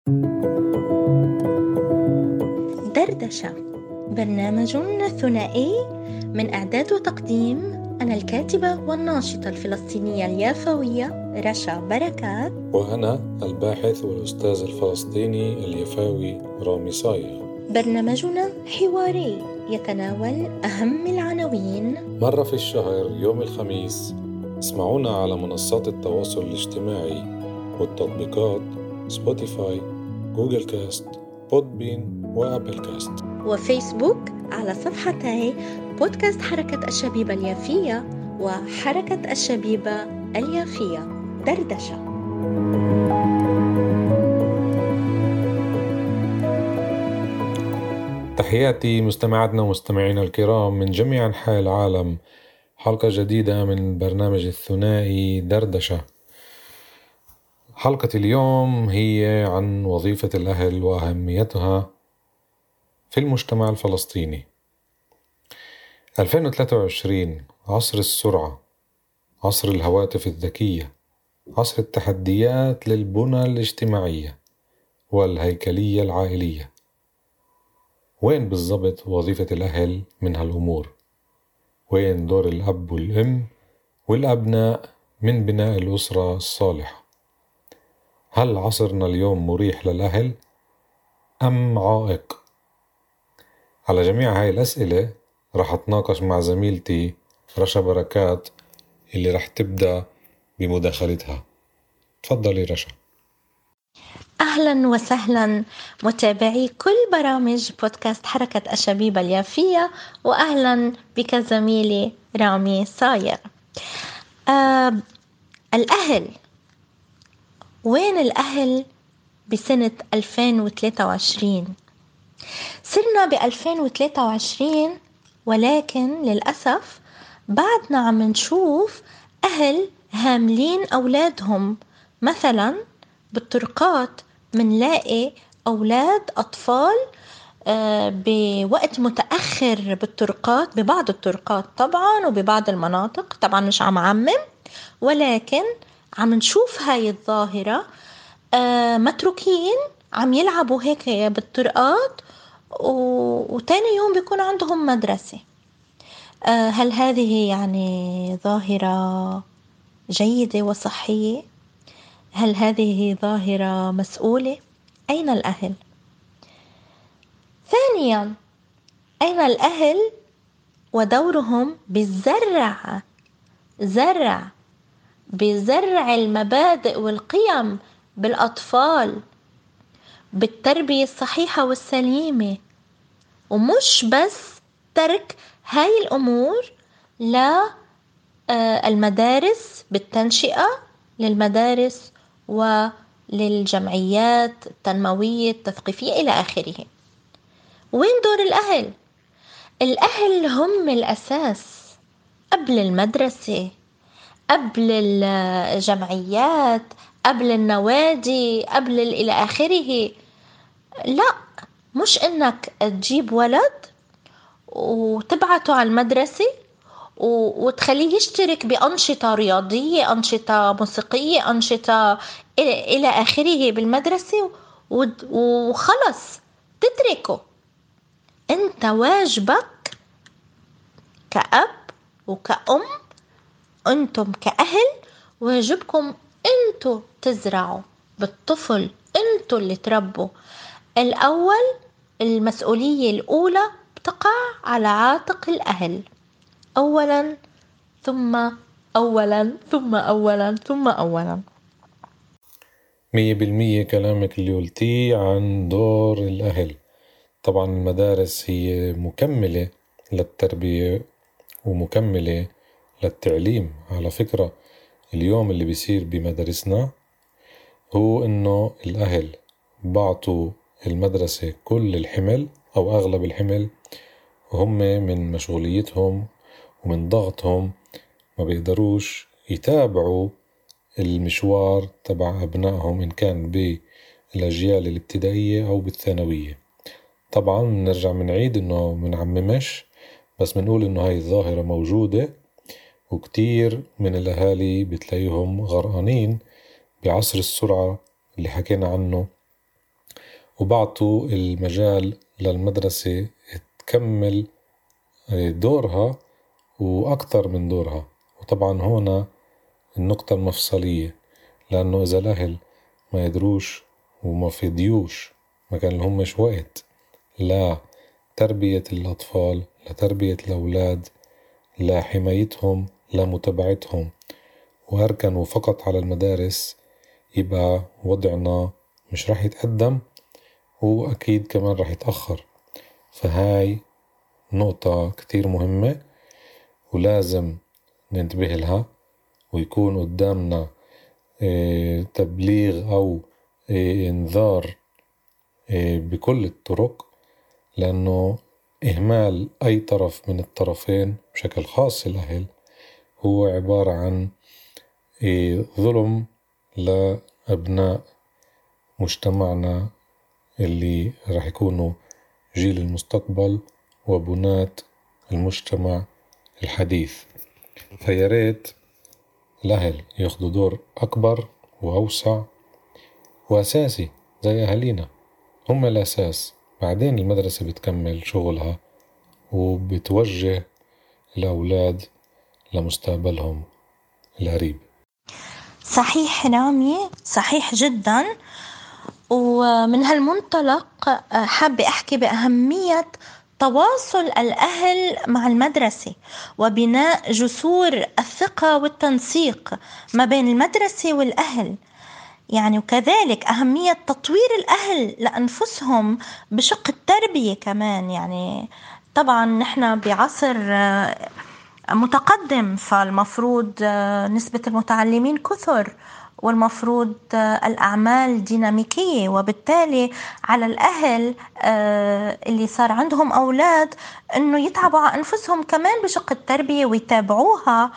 دردشة، برنامج ثنائي من إعداد وتقديم أنا الكاتبة والناشطة الفلسطينية اليافوية رشا بركات، وأنا الباحث والأستاذ الفلسطيني اليافاوي رامي صايغ. برنامجنا حواري يتناول أهم العناوين. مرة في الشهر يوم الخميس اسمعونا على منصات التواصل الاجتماعي والتطبيقات سبوتيفاي، جوجل كاست، بودبين وآبل كاست، وفيسبوك على صفحتي بودكاست حركة الشبيبة اليافية وحركة الشبيبة اليافية. دردشة. تحياتي مستمعاتنا ومستمعينا الكرام من جميع أنحاء العالم. حلقة جديدة من برنامج الثنائي دردشة. حلقة اليوم هي عن وظيفة الأهل وأهميتها في المجتمع الفلسطيني. 2023 عصر السرعة، عصر الهواتف الذكية، عصر التحديات للبنى الاجتماعية والهيكلية العائلية. وين بالضبط وظيفة الأهل من هالأمور؟ وين دور الأب والأم والأبناء من بناء الأسرة الصالحة؟ هل عصرنا اليوم مريح للأهل أم عائق؟ على جميع هاي الأسئلة رح أتناقش مع زميلتي رشا بركات اللي رح تبدأ بمداخلتها. تفضلي رشا. أهلا وسهلا متابعي كل برامج بودكاست حركة الشبيبة اليافية، وأهلا بك زميلي رامي صايغ. الأهل، وين الأهل بسنة 2023؟ صرنا ب2023 ولكن للأسف بعدنا عم نشوف أهل هاملين أولادهم. مثلا بالطرقات منلاقي أطفال بوقت متأخر بالطرقات، ببعض الطرقات طبعا وببعض المناطق، طبعا مش عم عمم، ولكن عم نشوف هاي الظاهرة. متروكين عم يلعبوا هيك بالطرقات وتاني يوم بيكون عندهم مدرسة. هل هذه يعني ظاهرة جيدة وصحية؟ هل هذه ظاهرة مسؤولة؟ أين الأهل؟ ثانيا، أين الأهل ودورهم بزرع المبادئ والقيم بالأطفال، بالتربية الصحيحة والسليمة، ومش بس ترك هاي الأمور للمدارس بالتنشئة، للمدارس وللجمعيات التنموية التثقيفية إلى آخره. وين دور الأهل؟ الأهل هم الأساس، قبل المدرسة، قبل الجمعيات، قبل النوادي، قبل إلى آخره. لا، مش إنك تجيب ولد وتبعته على المدرسة وتخليه يشترك بأنشطة رياضية، أنشطة موسيقية، أنشطة إلى آخره بالمدرسة وخلص تتركه. أنت واجبك كأب وكأم، أنتم كأهل واجبكم أنتوا تزرعوا بالطفل، أنتوا اللي تربوا. الأول، المسؤولية الأولى بتقع على عاتق الأهل، أولا ثم أولا ثم أولا ثم أولا. 100% كلامك اللي قلتيه عن دور الأهل. طبعا المدارس هي مكملة للتربية ومكملة للتعليم. على فكرة اليوم اللي بيصير بمدارسنا هو إنه الأهل بعطوا المدرسة كل الحمل أو أغلب الحمل، وهم من مشغوليتهم ومن ضغطهم ما بيقدروش يتابعوا المشوار تبع أبنائهم إن كان بالأجيال الابتدائية أو بالثانوية. طبعا نرجع منعيد إنه منعممش، بس منقول إنه هاي الظاهرة موجودة، وكتير من الأهالي بتلاقيهم غرقانين بعصر السرعة اللي حكينا عنه وبعطوا المجال للمدرسة تكمل دورها وأكتر من دورها. وطبعا هنا النقطة المفصلية، لأنه إذا الأهل ما يدروش وما فيديوش، ما كان لهمش وقت لا تربية الأطفال، لتربية الأولاد، لحمايتهم، لمتابعتهم، وهركنوا فقط على المدارس، يبقى وضعنا مش راح يتقدم، وأكيد كمان راح يتأخر. فهاي نقطة كتير مهمة ولازم ننتبه لها، ويكون قدامنا تبليغ أو إنذار بكل الطرق، لأنه إهمال أي طرف من الطرفين بشكل خاص الأهل هو عبارة عن ظلم لأبناء مجتمعنا اللي راح يكونوا جيل المستقبل وبناة المجتمع الحديث. فياريت الأهل ياخدوا دور أكبر وأوسع وأساسي زي أهالينا، هم الأساس. بعدين المدرسة بتكمل شغلها وبتوجه الأولاد لمستقبلهم القريب. صحيح رامي، صحيح جدا. ومن هالمنطلق حابة أحكي بأهمية تواصل الأهل مع المدرسة وبناء جسور الثقة والتنسيق ما بين المدرسة والأهل، يعني وكذلك أهمية تطوير الأهل لأنفسهم بشق التربية كمان. يعني طبعا نحن بعصر متقدم، فالمفروض نسبة المتعلمين كثر، والمفروض الأعمال ديناميكية، وبالتالي على الأهل اللي صار عندهم أولاد أنه يتعبوا على أنفسهم كمان بشق التربية ويتابعوها.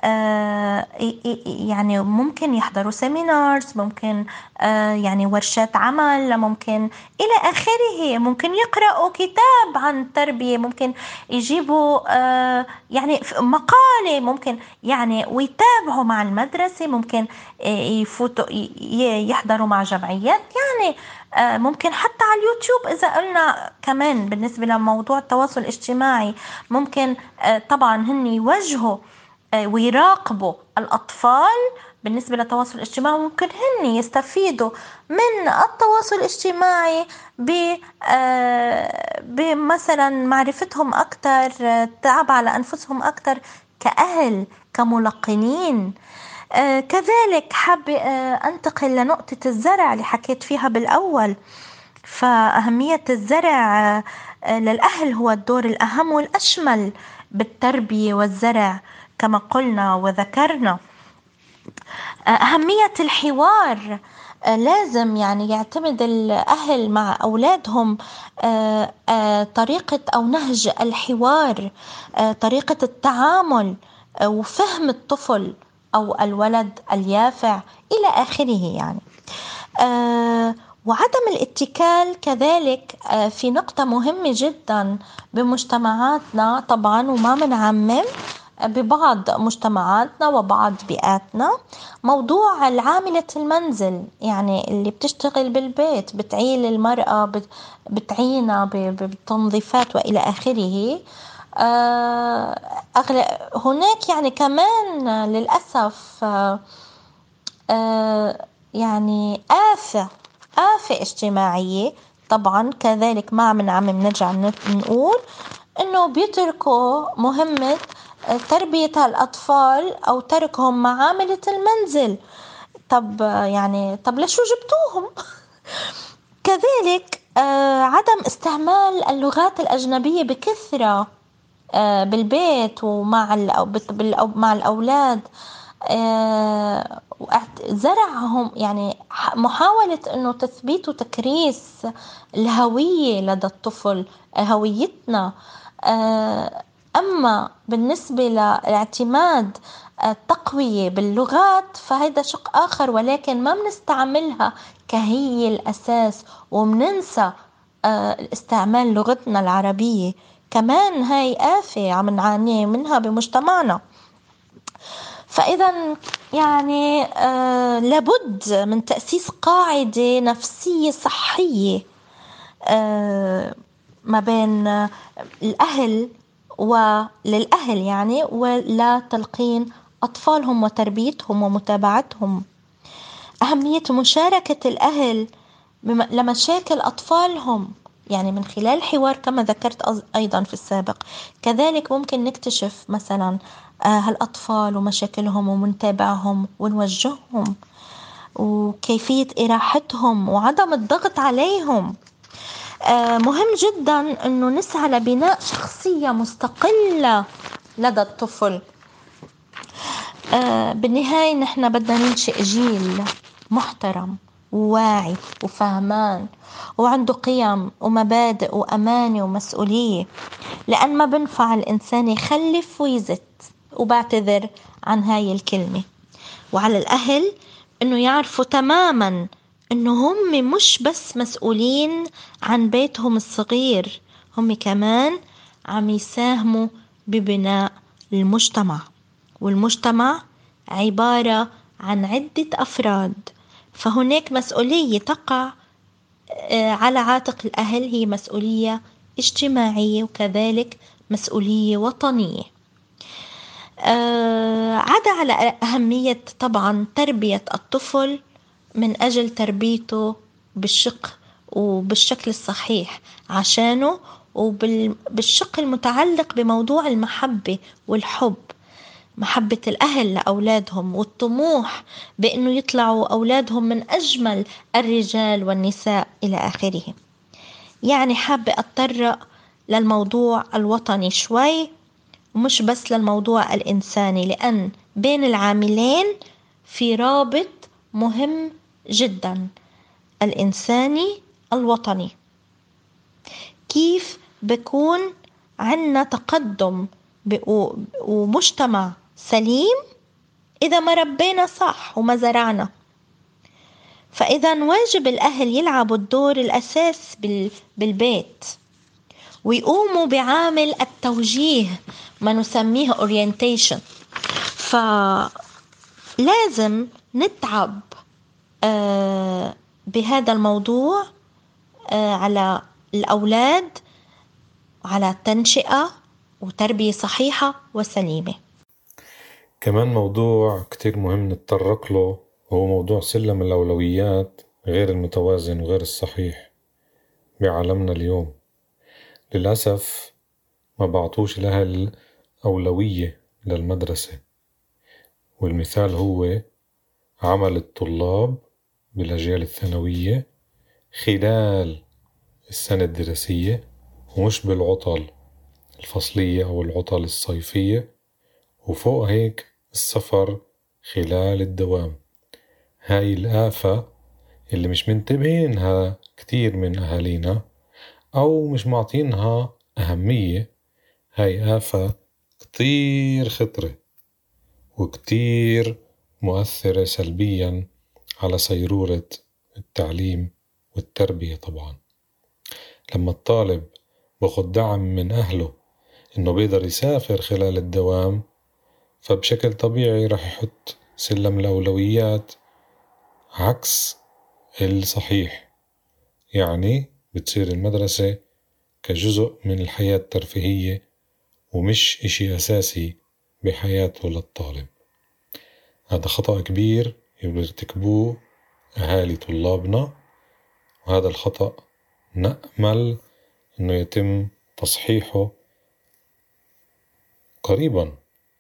يعني ممكن يحضروا سيمينارز، ممكن يعني ورشات عمل، ممكن إلى آخره، ممكن يقرأوا كتاب عن التربية، ممكن يجيبوا يعني مقالة، ممكن يعني ويتابعوا مع المدرسة، ممكن يفوتوا يحضروا مع جمعيات، يعني ممكن حتى على اليوتيوب إذا قلنا كمان بالنسبة لموضوع التواصل الاجتماعي. ممكن طبعا هن يوجهوا ويراقبوا الأطفال بالنسبة للتواصل الاجتماعي، ممكن هن يستفيدوا من التواصل الاجتماعي بمثلا معرفتهم أكتر، تعب على أنفسهم أكتر كأهل كملقنين. كذلك حاب أنتقل لنقطة الزرع اللي حكيت فيها بالأول. فأهمية الزرع للأهل هو الدور الأهم والأشمل بالتربية والزرع كما قلنا وذكرنا. أهمية الحوار، لازم يعني يعتمد الأهل مع أولادهم طريقة أو نهج الحوار، طريقة التعامل وفهم الطفل أو الولد اليافع إلى آخره. يعني وعدم الاتكال كذلك في نقطة مهمة جدا بمجتمعاتنا طبعا، وما منعمم ببعض مجتمعاتنا وبعض بيئاتنا، موضوع العاملة المنزل، يعني اللي بتشتغل بالبيت، بتعيل المرأة، بتعينا بالتنظيفات وإلى آخره. هناك يعني كمان للأسف يعني آفة اجتماعية طبعا كذلك، ما عم نرجع نقول إنه بيتركوا مهمة تربية الأطفال أو تركهم مع عاملة المنزل. طب يعني لشو جبتوهم؟ كذلك عدم استعمال اللغات الأجنبية بكثرة بالبيت ومع مع الأولاد، زرعهم، يعني محاولة أنه تثبيت وتكريس الهوية لدى الطفل، هويتنا. أما بالنسبة للاعتماد التقوية باللغات فهذا شق آخر، ولكن ما بنستعملها كهي الأساس، ومننسى استعمال لغتنا العربية. كمان هاي آفة عم نعاني منها بمجتمعنا. فإذا يعني لابد من تأسيس قاعدة نفسية صحية ما بين الأهل وللأهل يعني، ولا تلقين أطفالهم وتربيتهم ومتابعتهم. أهمية مشاركة الأهل لمشاكل أطفالهم، يعني من خلال حوار كما ذكرت أيضا في السابق. كذلك ممكن نكتشف مثلا هالأطفال ومشاكلهم ونتابعهم ونوجههم، وكيفية إراحتهم وعدم الضغط عليهم. مهم جدا أنه نسعى لبناء شخصية مستقلة لدى الطفل. بالنهاية نحن بدنا ننشئ جيل محترم وواعي وفهمان وعنده قيم ومبادئ وأمانة ومسؤولية، لأن ما بنفع الإنسان يخلف ويزت، وبعتذر عن هاي الكلمة. وعلى الأهل أنه يعرفوا تماما أنه هم مش بس مسؤولين عن بيتهم الصغير، هم كمان عم يساهموا ببناء المجتمع، والمجتمع عبارة عن عدة أفراد، فهناك مسؤولية تقع على عاتق الأهل، هي مسؤولية اجتماعية وكذلك مسؤولية وطنية. عدا على أهمية طبعا تربية الطفل من أجل تربيته وبالشكل الصحيح عشانه، وبالشق المتعلق بموضوع المحبة والحب، محبة الأهل لأولادهم والطموح بأنه يطلعوا أولادهم من أجمل الرجال والنساء إلى آخره. يعني حابة أتطرق للموضوع الوطني شوي، ومش بس للموضوع الإنساني، لأن بين العاملين في رابط مهم جدا، الإنساني الوطني. كيف بكون عنا تقدم ومجتمع سليم إذا ما ربينا صح وما زرعنا؟ فإذا واجب الأهل يلعبوا الدور الأساس بالبيت، ويقوموا بعامل التوجيه، ما نسميه orientation. فلازم نتعب بهذا الموضوع على الأولاد، على تنشئة وتربية صحيحة وسليمة. كمان موضوع كتير مهم نتطرق له هو موضوع سلم الأولويات غير المتوازن وغير الصحيح بعالمنا اليوم. للأسف ما بعطوش الأهل أولوية للمدرسة، والمثال هو عمل الطلاب بالأجيال الثانوية خلال السنة الدراسية، ومش بالعطل الفصلية أو العطل الصيفية، وفوق هيك السفر خلال الدوام. هاي الآفة اللي مش منتبهينها كتير من أهالينا أو مش معطينها أهمية. هاي آفة كتير خطرة وكتير مؤثرة سلبيا على سيرورة التعليم والتربية. طبعا لما الطالب باخد دعم من أهله إنه بيقدر يسافر خلال الدوام، فبشكل طبيعي رح يحط سلم الأولويات عكس الصحيح. يعني بتصير المدرسة كجزء من الحياة الترفيهية ومش إشي أساسي بحياته للطالب. هذا خطأ كبير يرتكبوه أهالي طلابنا، وهذا الخطأ نأمل إنه يتم تصحيحه قريبا.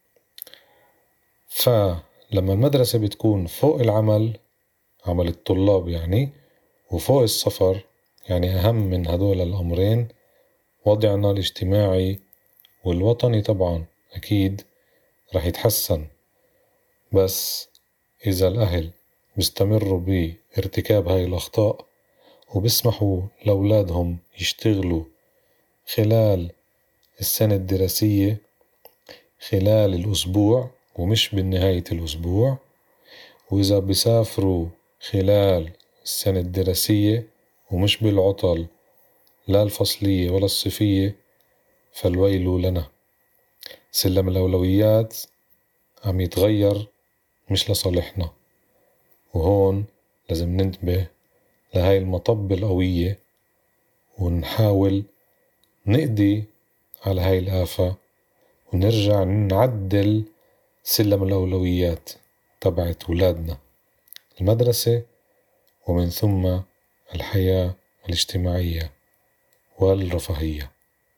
فلما المدرسة بتكون فوق العمل، عمل الطلاب يعني، وفوق السفر، يعني أهم من هدول الأمرين وضعنا الاجتماعي والوطني طبعا أكيد رح يتحسن. بس إذا الأهل بيستمروا بارتكاب هاي الأخطاء وبسمحوا لأولادهم يشتغلوا خلال السنة الدراسية خلال الأسبوع ومش بالنهاية الأسبوع، وإذا بيسافروا خلال السنة الدراسية ومش بالعطل لا الفصلية ولا الصيفية، فالويل لنا. سلم الأولويات عم يتغير مش لصالحنا، وهون لازم ننتبه لهاي المطب القوية ونحاول نقضي على هاي الآفة ونرجع نعدل سلم الأولويات تبعت أولادنا، المدرسة ومن ثم الحياة الاجتماعية والرفاهية.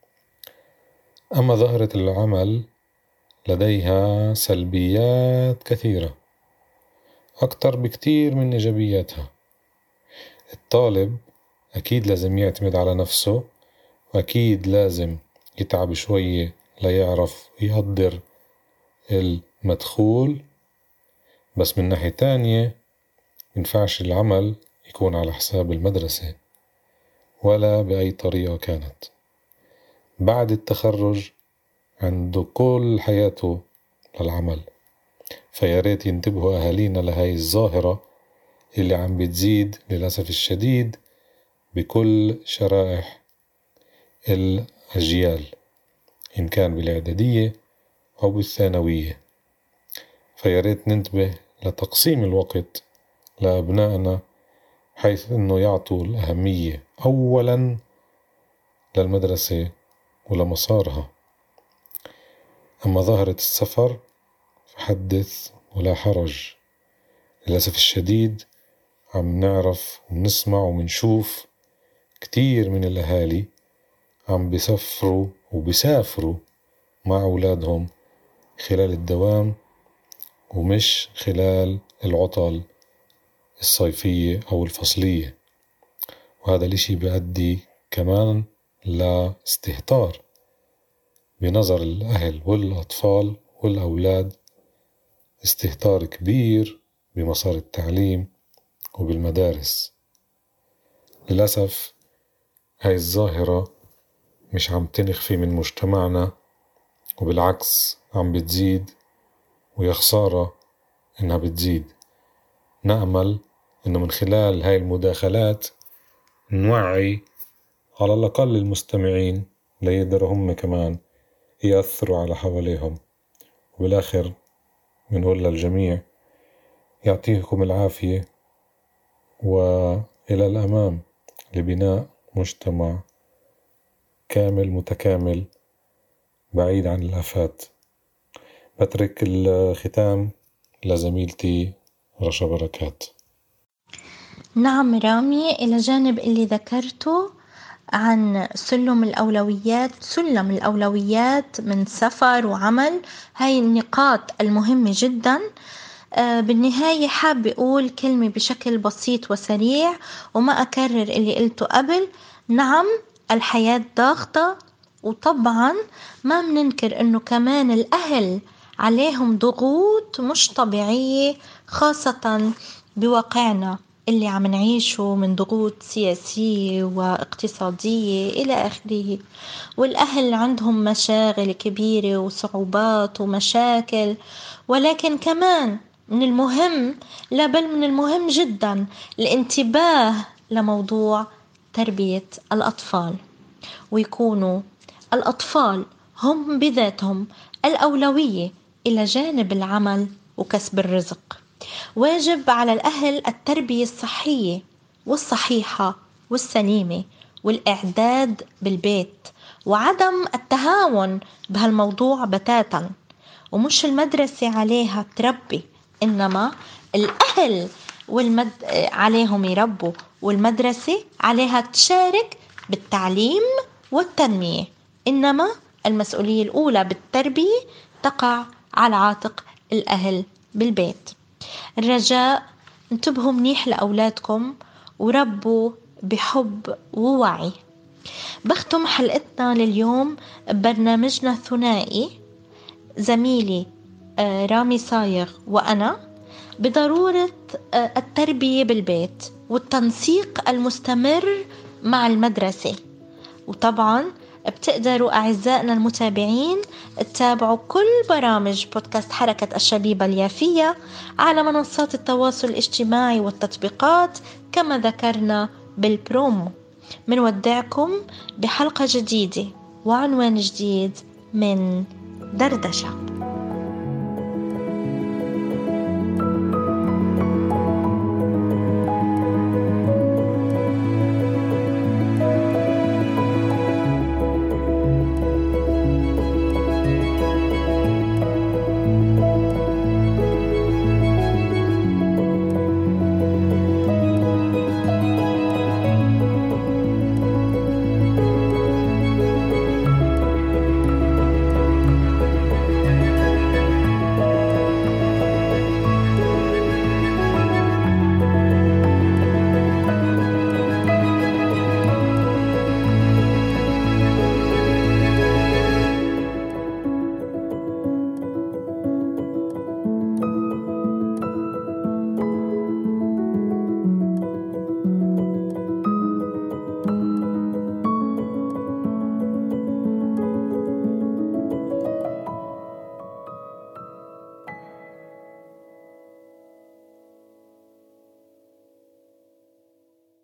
أما ظاهرة العمل لديها سلبيات كثيرة أكثر بكتير من إيجابياتها. الطالب أكيد لازم يعتمد على نفسه، وأكيد لازم يتعب شوية ليعرف يقدر المدخول، بس من ناحية تانية منفعش العمل يكون على حساب المدرسة ولا بأي طريقة كانت. بعد التخرج عنده كل حياته للعمل، فياريت ينتبهوا أهالينا لهاي الظاهرة اللي عم بتزيد للأسف الشديد بكل شرائح الأجيال، إن كان بالإعدادية أو بالثانوية. فياريت ننتبه لتقسيم الوقت لأبنائنا، حيث أنه يعطوا الأهمية أولا للمدرسة ولمسارها. أما ظاهرة السفر فحدث ولا حرج. للأسف الشديد عم نعرف ونسمع ومنشوف كتير من الأهالي عم بيسافروا مع أولادهم خلال الدوام ومش خلال العطل الصيفية أو الفصلية، وهذا الاشي بيؤدي كمان لاستهتار بنظر الأهل والأطفال والأولاد، استهتار كبير بمسار التعليم وبالمدارس. للأسف هاي الظاهرة مش عم تنخفي من مجتمعنا، وبالعكس عم بتزيد، ويا خسارة إنها بتزيد. نأمل إنه من خلال هاي المداخلات نوعي على الأقل المستمعين ليقدروا هم كمان يأثروا على حواليهم. وبالآخر بنقول للجميع يعطيكم العافية، وإلى الأمام لبناء مجتمع كامل متكامل بعيد عن الآفات. بترك الختام لزميلتي رشا بركات. نعم رامي، إلى جانب اللي ذكرته عن سلم الأولويات من سفر وعمل، هاي النقاط المهمة جدا. بالنهاية حاب أقول كلمة بشكل بسيط وسريع وما أكرر اللي قلته قبل. نعم الحياة ضاغطة، وطبعا ما مننكر أنه كمان الأهل عليهم ضغوط مش طبيعية، خاصة بواقعنا اللي عم نعيشه من ضغوط سياسية واقتصادية إلى آخره. والأهل عندهم مشاغل كبيرة وصعوبات ومشاكل، ولكن كمان من المهم جدا الانتباه لموضوع تربية الأطفال، ويكونوا الأطفال هم بذاتهم الأولوية إلى جانب العمل وكسب الرزق. واجب على الأهل التربية الصحية والصحيحة والسليمة والإعداد بالبيت، وعدم التهاون بهالموضوع بتاتا. ومش المدرسة عليها تربي، إنما الأهل عليهم يربوا، والمدرسة عليها تشارك بالتعليم والتنمية، إنما المسؤولية الأولى بالتربية تقع على عاتق الأهل بالبيت. الرجاء انتبهوا منيح لأولادكم وربوا بحب ووعي. بختم حلقتنا لليوم ببرنامجنا الثنائي زميلي رامي صايغ وأنا بضرورة التربية بالبيت والتنسيق المستمر مع المدرسة. وطبعا بتقدروا أعزائنا المتابعين تتابعوا كل برامج بودكاست حركة الشبيبة اليافية على منصات التواصل الاجتماعي والتطبيقات كما ذكرنا بالبرومو. منودعكم بحلقة جديدة وعنوان جديد من دردشة.